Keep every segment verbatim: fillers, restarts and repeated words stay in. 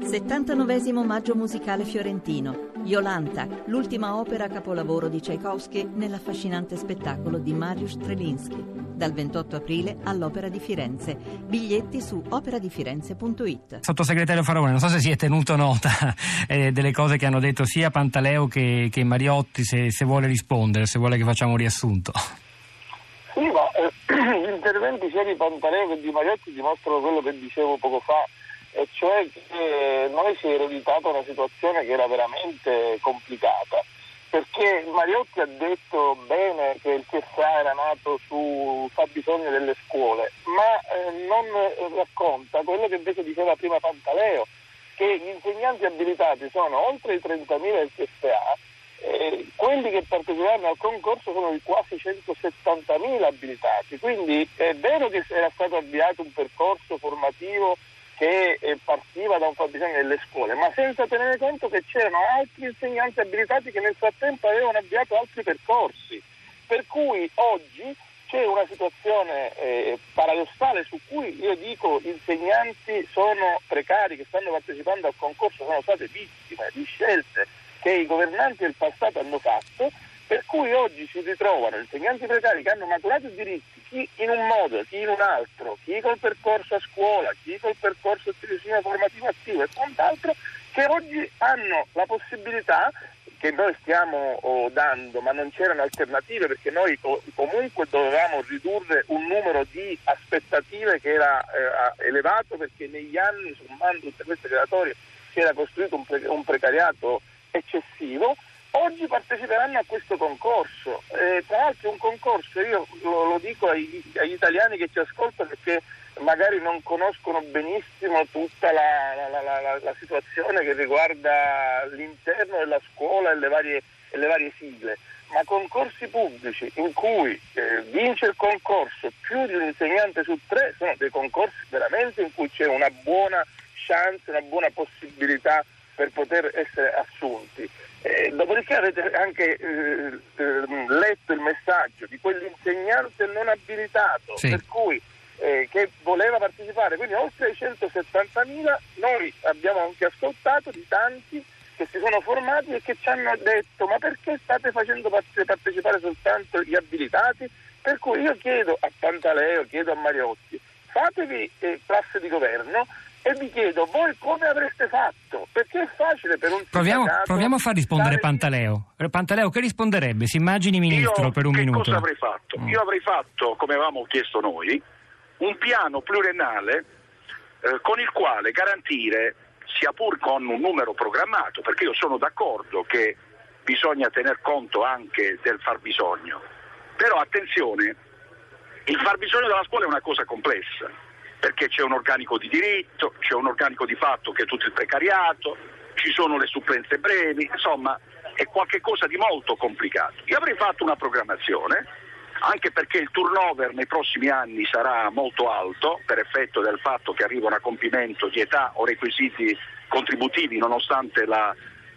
settantanovesimo Maggio musicale fiorentino. Jolanta, l'ultima opera capolavoro di Tchaikovsky nell'affascinante spettacolo di Mariusz Strelinski. Dal ventotto aprile all'Opera di Firenze. Biglietti su opera di firenze punto it. Sottosegretario Faraone, non so se si è tenuto nota eh, delle cose che hanno detto sia Pantaleo che, che Mariotti, se, se vuole rispondere, se vuole che facciamo un riassunto. Sì, ma eh, gli interventi sia di Pantaleo che di Mariotti dimostrano quello che dicevo poco fa, e cioè che noi si è ereditata una situazione che era veramente complicata, perché Mariotti ha detto bene che il T F A era nato su fabbisogno delle scuole, ma eh, non racconta quello che invece diceva prima Pantaleo, che gli insegnanti abilitati sono oltre i trentamila del T F A. Eh, quelli che parteciperanno al concorso sono di quasi centosettantamila abilitati, quindi è vero che era stato avviato un percorso formativo che eh, partiva da un fabbisogno delle scuole, ma senza tenere conto che c'erano altri insegnanti abilitati che nel frattempo avevano avviato altri percorsi, per cui oggi c'è una situazione eh, paradossale su cui io dico gli insegnanti sono precari che stanno partecipando al concorso, sono state vittime di scelte che i governanti del passato hanno fatto, per cui oggi si ritrovano insegnanti precari che hanno maturato i diritti, chi in un modo, chi in un altro, chi col percorso a scuola, chi col percorso di tirocinio formativo attivo e quant'altro, che oggi hanno la possibilità, che noi stiamo oh, dando, ma non c'erano alternative, perché noi co- comunque dovevamo ridurre un numero di aspettative che era eh, elevato, perché negli anni, sommando tutte queste graduatorie, si era costruito un, pre- un precariato eccessivo. Oggi parteciperanno a questo concorso, eh, tra l'altro è un concorso, io lo, lo dico ai, agli italiani che ci ascoltano, perché magari non conoscono benissimo tutta la, la, la, la, la situazione che riguarda l'interno della scuola e le varie, e le varie sigle, ma concorsi pubblici in cui eh, vince il concorso più di un insegnante su tre sono dei concorsi veramente in cui c'è una buona chance, una buona possibilità per poter essere assunti. Eh, dopodiché avete anche eh, eh, letto il messaggio di quell'insegnante non abilitato, sì, per cui eh, che voleva partecipare, quindi oltre ai centosettantamila noi abbiamo anche ascoltato di tanti che si sono formati e che ci hanno detto: ma perché state facendo partecipare soltanto gli abilitati? Per cui io chiedo a Pantaleo, chiedo a Mariotti, fatevi eh, classe di governo e vi chiedo voi come avreste fatto, perché è facile per un proviamo, proviamo a far rispondere Pantaleo. Pantaleo, che risponderebbe? Si immagini ministro io, per un che minuto. Cosa avrei fatto? Mm. Io avrei fatto, come avevamo chiesto noi, un piano pluriennale eh, con il quale garantire, sia pur con un numero programmato, perché io sono d'accordo che bisogna tener conto anche del fabbisogno, però attenzione, il fabbisogno della scuola è una cosa complessa, perché c'è un organico di diritto, c'è un organico di fatto che è tutto il precariato, ci sono le supplenze brevi, insomma è qualcosa di molto complicato. Io avrei fatto una programmazione, anche perché il turnover nei prossimi anni sarà molto alto per effetto del fatto che arrivano a compimento di età o requisiti contributivi nonostante la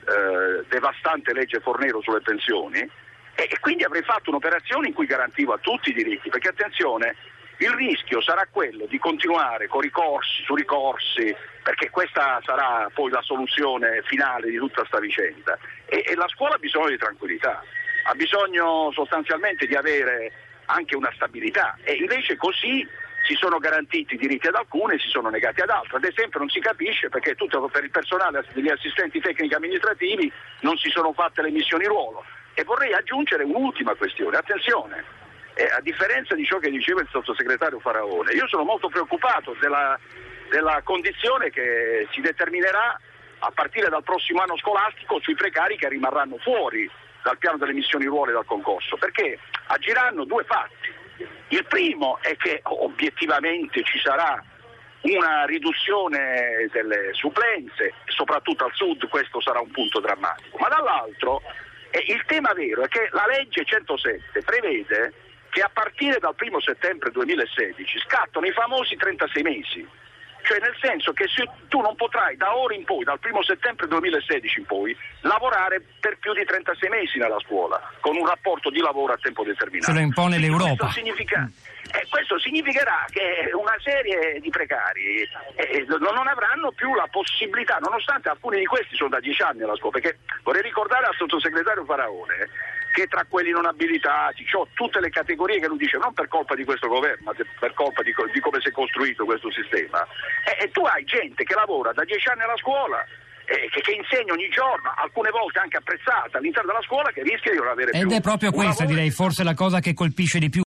eh, devastante legge Fornero sulle pensioni, e, e quindi avrei fatto un'operazione in cui garantivo a tutti i diritti, perché attenzione, il rischio sarà quello di continuare con ricorsi su ricorsi, perché questa sarà poi la soluzione finale di tutta sta vicenda, e, e la scuola ha bisogno di tranquillità, ha bisogno sostanzialmente di avere anche una stabilità, e invece così si sono garantiti i diritti ad alcune e si sono negati ad altre. Ad esempio non si capisce perché tutto per il personale degli assistenti tecnici amministrativi non si sono fatte le missioni ruolo. E vorrei aggiungere un'ultima questione, attenzione. Eh, a differenza di ciò che diceva il sottosegretario Faraone, io sono molto preoccupato della, della condizione che si determinerà a partire dal prossimo anno scolastico sui precari che rimarranno fuori dal piano delle missioni ruolo e dal concorso, perché agiranno due fatti. Il primo è che obiettivamente ci sarà una riduzione delle supplenze, soprattutto al sud questo sarà un punto drammatico, ma dall'altro eh, il tema vero è che la legge centosette prevede che a partire dal primo settembre duemilasedici scattano i famosi trentasei mesi, cioè nel senso che se tu non potrai da ora in poi, dal primo settembre duemilasedici in poi, lavorare per più di trentasei mesi nella scuola, con un rapporto di lavoro a tempo determinato. Se lo impone l'Europa. Questo significa, Eh, questo significherà che una serie di precari eh, non avranno più la possibilità, nonostante alcuni di questi sono da dieci anni alla scuola, perché vorrei ricordare al sottosegretario Faraone che tra quelli non abilitati, cioè tutte le categorie che lui dice, non per colpa di questo governo, ma per colpa di, di come si è costruito questo sistema, e, e tu hai gente che lavora da dieci anni alla scuola, Eh, che, che insegna ogni giorno, alcune volte anche apprezzata all'interno della scuola, che rischia di non avere più. Ed è proprio questa, direi, forse la cosa che colpisce di più